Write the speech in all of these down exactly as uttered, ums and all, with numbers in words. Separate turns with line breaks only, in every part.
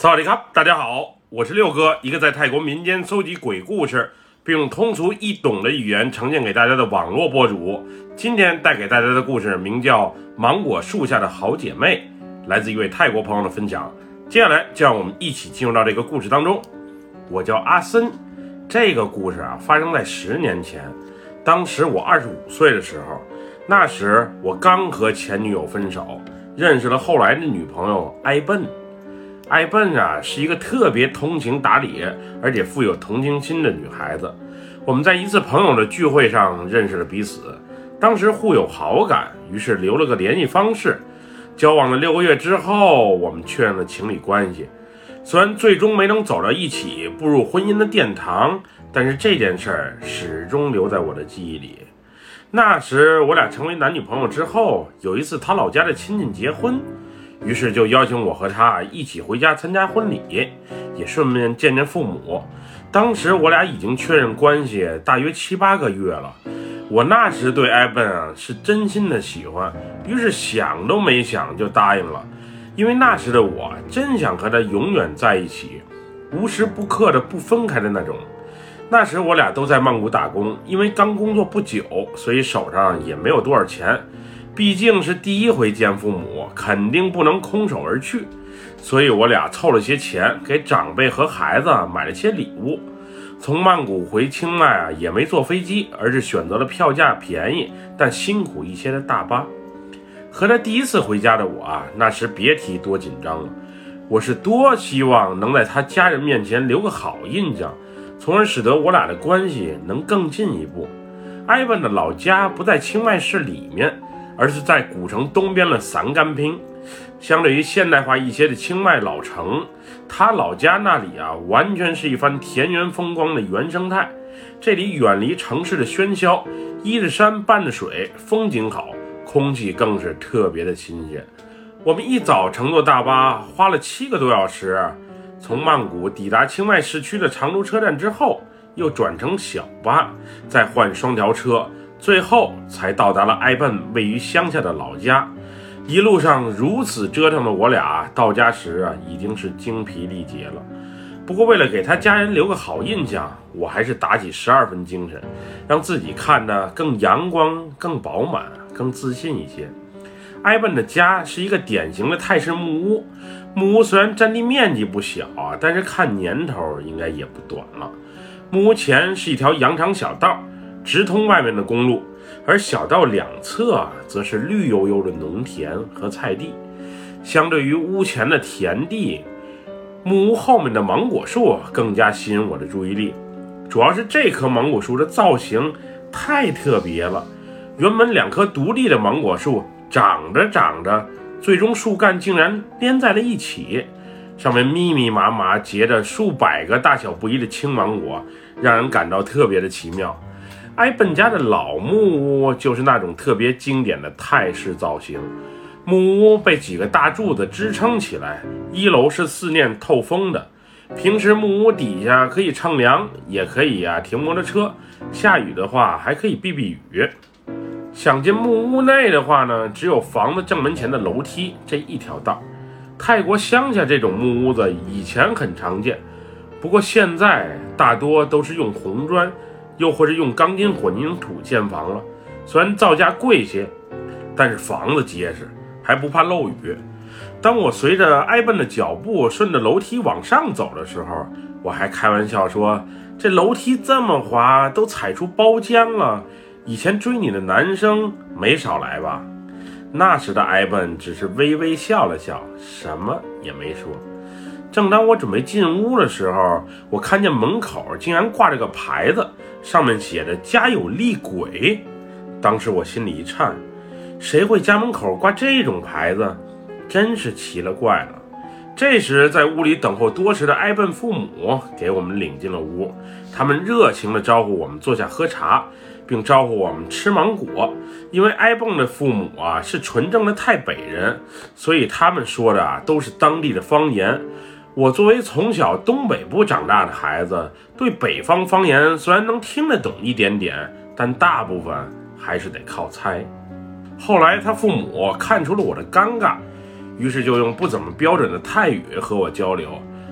萨瓦迪卡，大家好，我是六哥，一个在泰国民间搜集鬼故事，并用通俗易懂的语言呈现给大家的网络博主。今天带给大家的故事名叫《芒果树下的好姐妹》，来自一位泰国朋友的分享。接下来就让我们一起进入到这个故事当中。我叫阿森，这个故事啊发生在十年前，当时我二十五岁的时候，那时我刚和前女友分手，认识了后来的女朋友埃笨。埃笨啊是一个特别通情达理而且富有同情心的女孩子。我们在一次朋友的聚会上认识了彼此，当时互有好感，于是留了个联系方式。交往了六个月之后，我们确认了情侣关系。虽然最终没能走到一起，步入婚姻的殿堂，但是这件事儿始终留在我的记忆里。那时我俩成为男女朋友之后，有一次他老家的亲戚结婚，于是就邀请我和他一起回家参加婚礼，也顺便见见父母。当时我俩已经确认关系大约七八个月了。我那时对埃笨啊是真心的喜欢，于是想都没想就答应了。因为那时的我真想和他永远在一起，无时不刻的不分开的那种。那时我俩都在曼谷打工，因为刚工作不久，所以手上也没有多少钱。毕竟是第一回见父母，肯定不能空手而去，所以我俩凑了些钱，给长辈和孩子买了些礼物。从曼谷回清迈啊，也没坐飞机，而是选择了票价便宜但辛苦一些的大巴。和他第一次回家的我啊，那时别提多紧张了。我是多希望能在他家人面前留个好印象，从而使得我俩的关系能更进一步。埃文的老家不在清迈市里面，而是在古城东边的散干坪。相对于现代化一些的清迈老城，他老家那里啊，完全是一番田园风光的原生态。这里远离城市的喧嚣，依着山伴着水，风景好，空气更是特别的新鲜。我们一早乘坐大巴，花了七个多小时，从曼谷抵达清迈市区的长途车站之后，又转乘小巴，再换双条车，最后才到达了埃笨位于乡下的老家。一路上如此折腾的我俩，到家时啊已经是精疲力竭了。不过为了给他家人留个好印象，我还是打起十二分精神，让自己看得更阳光、更饱满、更自信一些。埃笨的家是一个典型的泰式木屋，木屋虽然占地面积不小啊，但是看年头应该也不短了。木屋前是一条羊肠小道，直通外面的公路，而小道两侧则是绿油油的农田和菜地。相对于屋前的田地，木屋后面的芒果树更加吸引我的注意力。主要是这棵芒果树的造型太特别了，原本两棵独立的芒果树长着长着，最终树干竟然连在了一起，上面密密麻麻结着数百个大小不一的青芒果，让人感到特别的奇妙。埃笨家的老木屋就是那种特别经典的泰式造型，木屋被几个大柱子支撑起来，一楼是四面透风的，平时木屋底下可以乘凉，也可以啊停摩托车，下雨的话还可以避避雨。想进木屋内的话呢，只有房子正门前的楼梯这一条道。泰国乡下这种木屋子以前很常见，不过现在大多都是用红砖又或是用钢筋混凝土建房了，虽然造价贵些，但是房子结实，还不怕漏雨。当我随着埃笨的脚步顺着楼梯往上走的时候，我还开玩笑说，这楼梯这么滑，都踩出包间了，以前追你的男生没少来吧？那时的埃笨只是微微笑了笑，什么也没说。正当我准备进屋的时候，我看见门口竟然挂着个牌子，上面写着家有厉鬼。当时我心里一颤，谁会家门口挂这种牌子？真是奇了怪了。这时在屋里等候多时的埃笨父母给我们领进了屋，他们热情地招呼我们坐下喝茶，并招呼我们吃芒果。因为埃笨的父母啊是纯正的泰北人，所以他们说的啊都是当地的方言。我作为从小东北部长大的孩子，对北方方言虽然能听得懂一点点，但大部分还是得靠猜。后来他父母看出了我的尴尬，于是就用不怎么标准的泰语和我交流。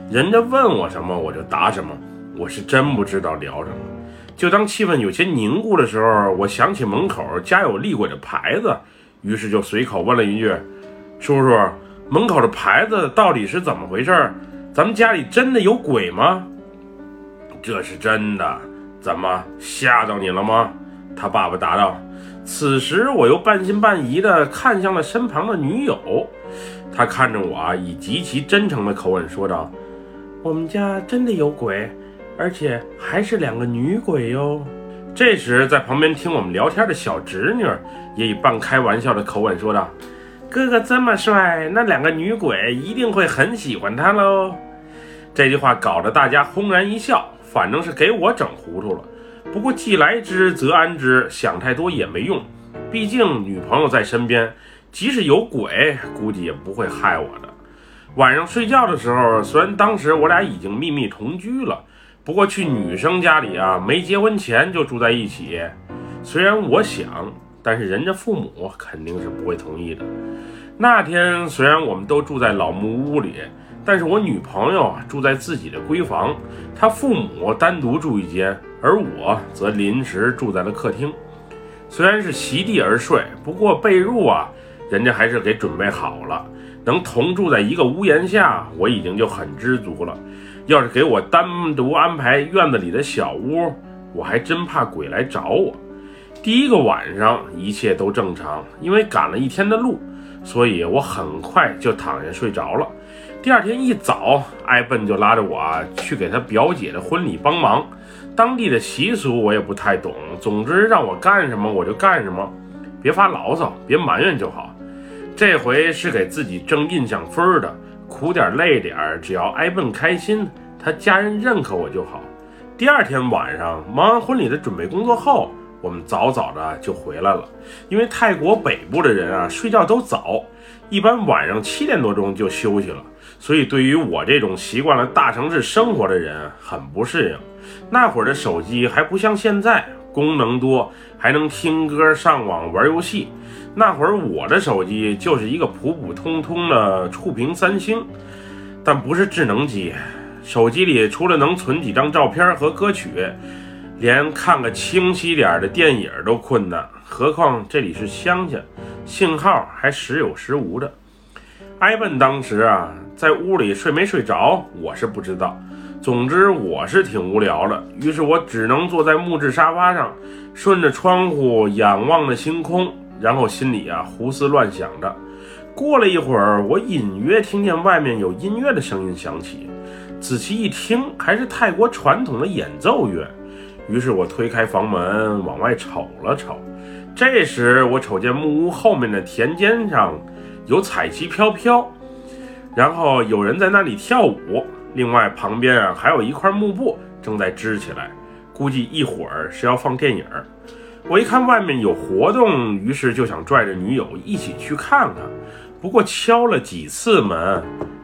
人家问我什么我就答什么，我是真不知道聊什么。就当气氛有些凝固的时候，我想起门口家有厉鬼的牌子，于是就随口问了一句：叔叔，门口的牌子到底是怎么回事？咱们家里真的有鬼吗？这是真的，怎么吓到你了吗？他爸爸答道。此时我又半信半疑地看向了身旁的女友，他看着我啊，以极其真诚的口吻说道：我们家真的有鬼，而且还是两个女鬼哟。这时在旁边听我们聊天的小侄女也以半开玩笑的口吻说道：哥哥这么帅，那两个女鬼一定会很喜欢他喽。这句话搞得大家轰然一笑，反正是给我整糊涂了。不过既来之则安之，想太多也没用，毕竟女朋友在身边，即使有鬼估计也不会害我的。晚上睡觉的时候，虽然当时我俩已经秘密同居了，不过去女生家里啊，没结婚前就住在一起。虽然我想，但是人家父母肯定是不会同意的。那天虽然我们都住在老木屋里，但是我女朋友住在自己的闺房，她父母单独住一间，而我则临时住在了客厅。虽然是席地而睡，不过被褥啊，人家还是给准备好了。能同住在一个屋檐下，我已经就很知足了。要是给我单独安排院子里的小屋，我还真怕鬼来找我。第一个晚上一切都正常，因为赶了一天的路，所以我很快就躺下睡着了。第二天一早，艾笨就拉着我啊去给他表姐的婚礼帮忙。当地的习俗我也不太懂，总之让我干什么我就干什么，别发牢骚，别埋怨就好。这回是给自己挣印象分的，苦点累点，只要艾笨开心，他家人认可我就好。第二天晚上忙完婚礼的准备工作后，我们早早的就回来了。因为泰国北部的人啊睡觉都早，一般晚上七点多钟就休息了，所以对于我这种习惯了大城市生活的人很不适应。那会儿的手机还不像现在功能多，还能听歌上网玩游戏。那会儿我的手机就是一个普普通通的触屏三星，但不是智能机。手机里除了能存几张照片和歌曲，连看个清晰点的电影都困难，何况这里是乡下，信号还时有时无的。艾笨当时啊在屋里睡没睡着我是不知道，总之我是挺无聊的，于是我只能坐在木质沙发上，顺着窗户仰望着星空，然后心里啊胡思乱想着。过了一会儿，我隐约听见外面有音乐的声音响起，仔细一听还是泰国传统的演奏乐。于是我推开房门往外瞅了瞅，这时我瞅见木屋后面的田间上有彩旗飘飘，然后有人在那里跳舞，另外旁边啊还有一块幕布正在支起来，估计一会儿是要放电影。我一看外面有活动，于是就想拽着女友一起去看看，不过敲了几次门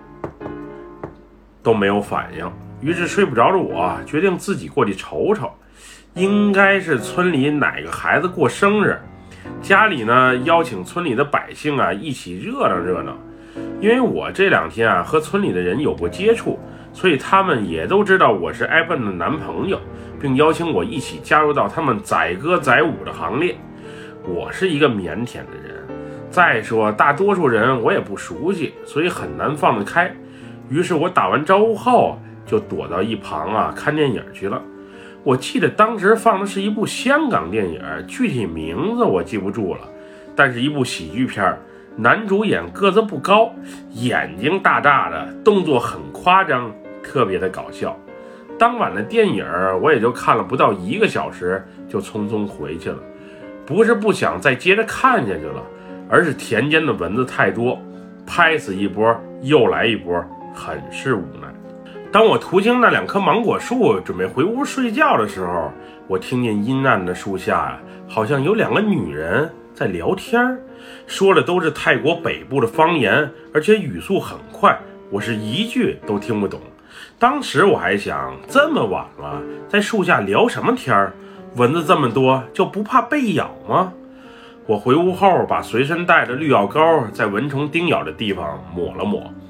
都没有反应，于是睡不着的我决定自己过去瞅瞅。应该是村里哪个孩子过生日，家里呢邀请村里的百姓啊一起热闹热闹。因为我这两天啊和村里的人有过接触，所以他们也都知道我是艾笨的男朋友，并邀请我一起加入到他们载歌载舞的行列。我是一个腼腆的人，再说大多数人我也不熟悉，所以很难放得开。于是我打完招呼后就躲到一旁啊看电影去了。我记得当时放的是一部香港电影，具体名字我记不住了，但是一部喜剧片，男主演个子不高，眼睛大大的，动作很夸张，特别的搞笑。当晚的电影我也就看了不到一个小时就匆匆回去了，不是不想再接着看下去了，而是田间的蚊子太多，拍死一波又来一波，很是无奈。当我途经那两棵芒果树准备回屋睡觉的时候，我听见阴暗的树下啊，好像有两个女人在聊天，说的都是泰国北部的方言，而且语速很快，我是一句都听不懂。当时我还想，这么晚了在树下聊什么天，蚊子这么多就不怕被咬吗？我回屋后把随身带的绿药膏在蚊虫叮咬的地方抹了抹，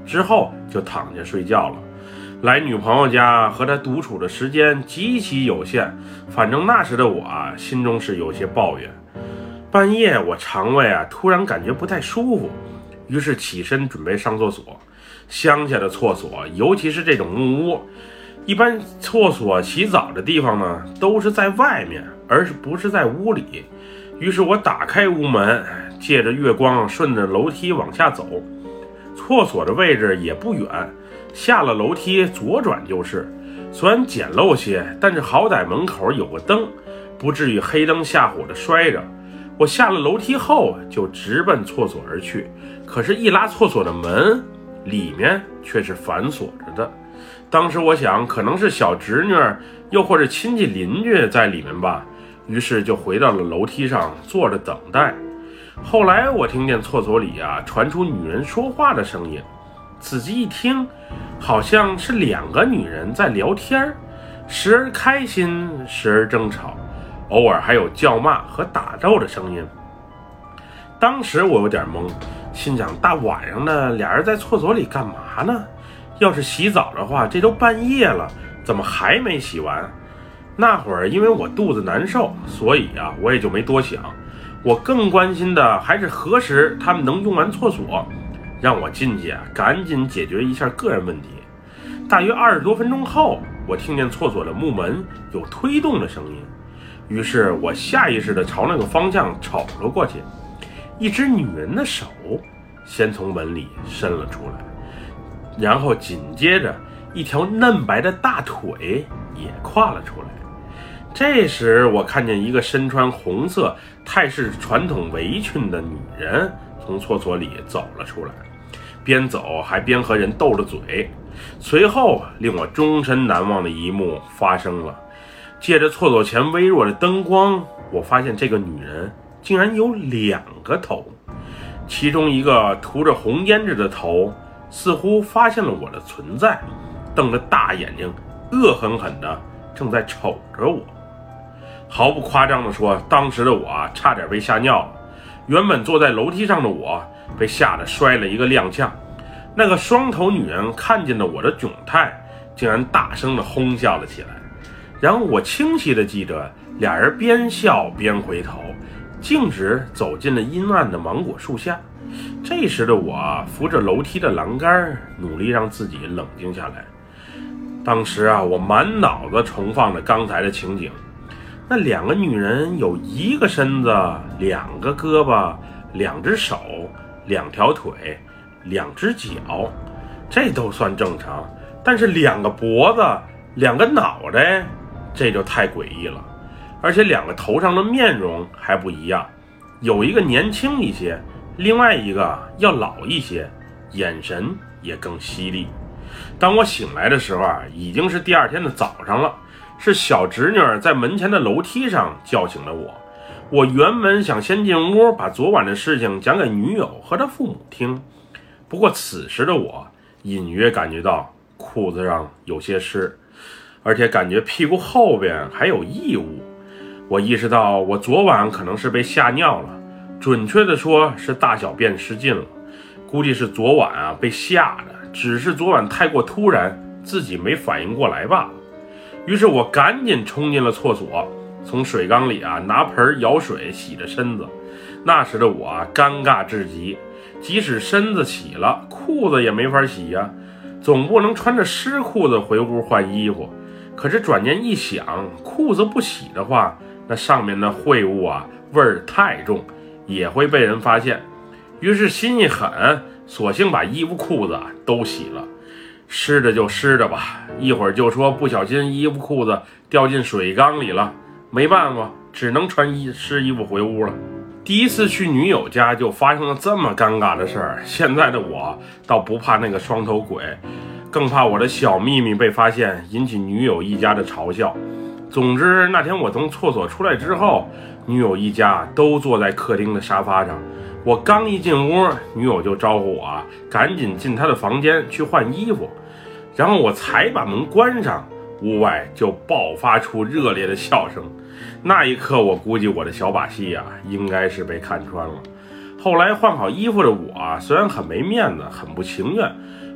之后就躺下睡觉了。来女朋友家和她独处的时间极其有限，反正那时的我啊，心中是有些抱怨。半夜我肠胃啊突然感觉不太舒服，于是起身准备上厕所。乡下的厕所，尤其是这种木屋，一般厕所洗澡的地方呢都是在外面，而不是在屋里。于是我打开屋门，借着月光顺着楼梯往下走。厕所的位置也不远，下了楼梯左转就是。虽然简陋些，但是好歹门口有个灯，不至于黑灯瞎火的摔着。我下了楼梯后就直奔厕所而去，可是，一拉厕所的门，里面却是反锁着的。当时我想，可能是小侄女又或者亲戚邻居在里面吧，于是就回到了楼梯上坐着等待。后来我听见厕所里啊传出女人说话的声音，仔细一听，好像是两个女人在聊天，时而开心，时而争吵，偶尔还有叫骂和打斗的声音。当时我有点懵，心想大晚上的俩人在厕所里干嘛呢？要是洗澡的话，这都半夜了，怎么还没洗完？那会儿因为我肚子难受，所以啊我也就没多想。我更关心的还是何时他们能用完厕所，让我进去啊赶紧解决一下个人问题。大约二十多分钟后，我听见厕所的木门有推动的声音，于是我下意识地朝那个方向瞅了过去。一只女人的手先从门里伸了出来，然后紧接着一条嫩白的大腿也跨了出来。这时我看见一个身穿红色泰式传统围裙的女人从厕所里走了出来，边走还边和人斗着嘴。随后令我终身难忘的一幕发生了，借着厕所前微弱的灯光，我发现这个女人竟然有两个头，其中一个涂着红胭脂的头似乎发现了我的存在，瞪着大眼睛恶狠狠地正在瞅着我。毫不夸张地说，当时的我啊差点被吓尿了。原本坐在楼梯上的我被吓得摔了一个踉跄。那个双头女人看见了我的窘态，竟然大声地哄笑了起来。然后我清晰地记得，俩人边笑边回头，径直走进了阴暗的芒果树下。这时的我扶着楼梯的栏杆，努力让自己冷静下来。当时啊，我满脑子重放着刚才的情景。那两个女人有一个身子，两个胳膊，两只手，两条腿，两只脚，这都算正常。但是两个脖子，两个脑袋，这就太诡异了。而且两个头上的面容还不一样，有一个年轻一些，另外一个要老一些，眼神也更犀利。当我醒来的时候啊，已经是第二天的早上了。是小侄女在门前的楼梯上叫醒了我。我原本想先进屋把昨晚的事情讲给女友和她父母听，不过此时的我隐约感觉到裤子上有些湿，而且感觉屁股后边还有异物。我意识到我昨晚可能是被吓尿了，准确的说是大小便失禁了。估计是昨晚啊被吓的，只是昨晚太过突然，自己没反应过来罢了。于是我赶紧冲进了厕所，从水缸里啊拿盆舀水洗着身子。那时的我啊尴尬至极，即使身子洗了，裤子也没法洗呀、啊，总不能穿着湿裤子回屋换衣服。可是转念一想，裤子不洗的话，那上面的秽物啊味儿太重，也会被人发现。于是心一狠，索性把衣服裤子啊都洗了。湿着就湿着吧，一会儿就说不小心衣服裤子掉进水缸里了，没办法，只能穿衣湿衣服回屋了。第一次去女友家就发生了这么尴尬的事儿，现在的我倒不怕那个双头鬼，更怕我的小秘密被发现，引起女友一家的嘲笑。总之那天我从厕所出来之后，女友一家都坐在客厅的沙发上。我刚一进屋，女友就招呼我啊，赶紧进她的房间去换衣服。然后我才把门关上，屋外就爆发出热烈的笑声。那一刻我估计我的小把戏啊应该是被看穿了。后来换好衣服的我啊，虽然很没面子，很不情愿，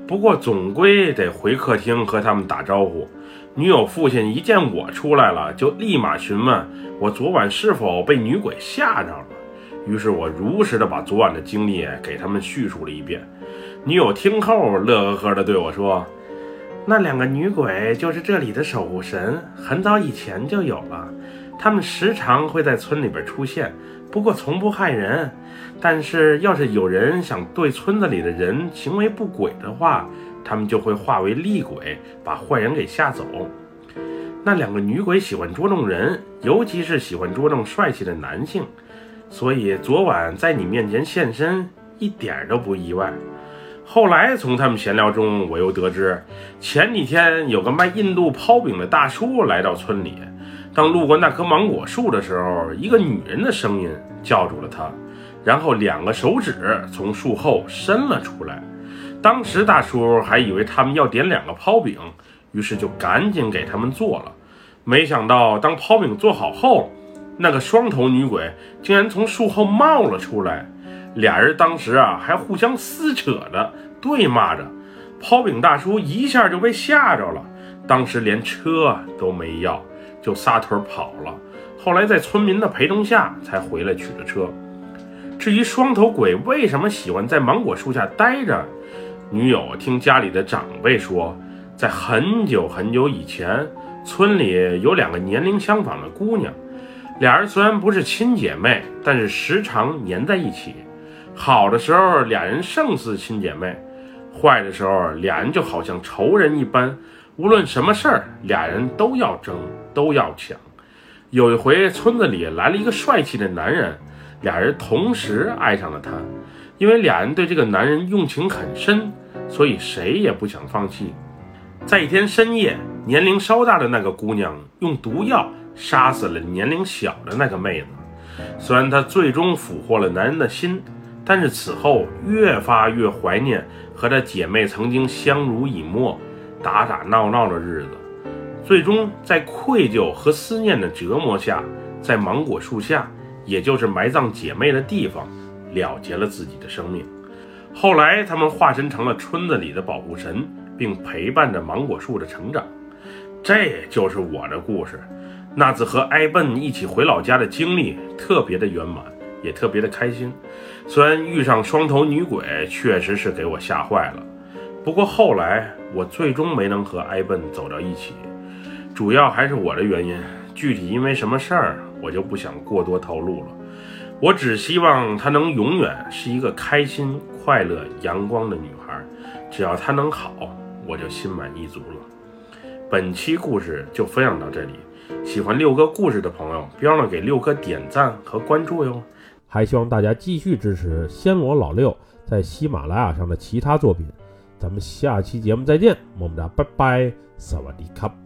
不过总归得回客厅和他们打招呼。女友父亲一见我出来了，就立马询问我昨晚是否被女鬼吓着了。于是我如实的把昨晚的经历给他们叙述了一遍。女友听后乐呵呵的对我说，那两个女鬼就是这里的守护神，很早以前就有了，他们时常会在村里边出现，不过从不害人。但是要是有人想对村子里的人行为不轨的话，他们就会化为厉鬼，把坏人给吓走。那两个女鬼喜欢捉弄人，尤其是喜欢捉弄帅气的男性，所以昨晚在你面前现身一点都不意外。后来从他们闲聊中，我又得知前几天有个卖印度泡饼的大叔来到村里，当路过那棵芒果树的时候，一个女人的声音叫住了他，然后两个手指从树后伸了出来。当时大叔还以为他们要点两个泡饼，于是就赶紧给他们做了。没想到当泡饼做好后，那个双头女鬼竟然从树后冒了出来。俩人当时啊还互相撕扯的对骂着，泡饼大叔一下就被吓着了，当时连车都没要，就撒腿跑了。后来在村民的陪同下才回来取了车。至于双头鬼为什么喜欢在芒果树下待着，女友听家里的长辈说，在很久很久以前，村里有两个年龄相仿的姑娘，俩人虽然不是亲姐妹，但是时常黏在一起。好的时候俩人胜似亲姐妹，坏的时候俩人就好像仇人一般，无论什么事儿俩人都要争都要抢。有一回村子里来了一个帅气的男人，俩人同时爱上了他。因为俩人对这个男人用情很深，所以谁也不想放弃。在一天深夜，年龄稍大的那个姑娘用毒药杀死了年龄小的那个妹子。虽然她最终俘获了男人的心，但是此后越发越怀念和她姐妹曾经相濡以沫、打打闹闹的日子。最终在愧疚和思念的折磨下，在芒果树下，也就是埋葬姐妹的地方，了结了自己的生命。后来他们化身成了村子里的保护神，并陪伴着芒果树的成长。这就是我的故事。那次和埃笨一起回老家的经历特别的圆满，也特别的开心。虽然遇上双头女鬼确实是给我吓坏了，不过后来我最终没能和埃笨走到一起，主要还是我的原因，具体因为什么事儿我就不想过多透露了。我只希望她能永远是一个开心、快乐、阳光的女孩，只要她能好，我就心满意足了。本期故事就分享到这里，喜欢六哥故事的朋友，别忘了给六哥点赞和关注哟。
还希望大家继续支持暹罗老六在喜马拉雅上的其他作品。咱们下期节目再见，么么哒，拜拜，萨瓦迪卡。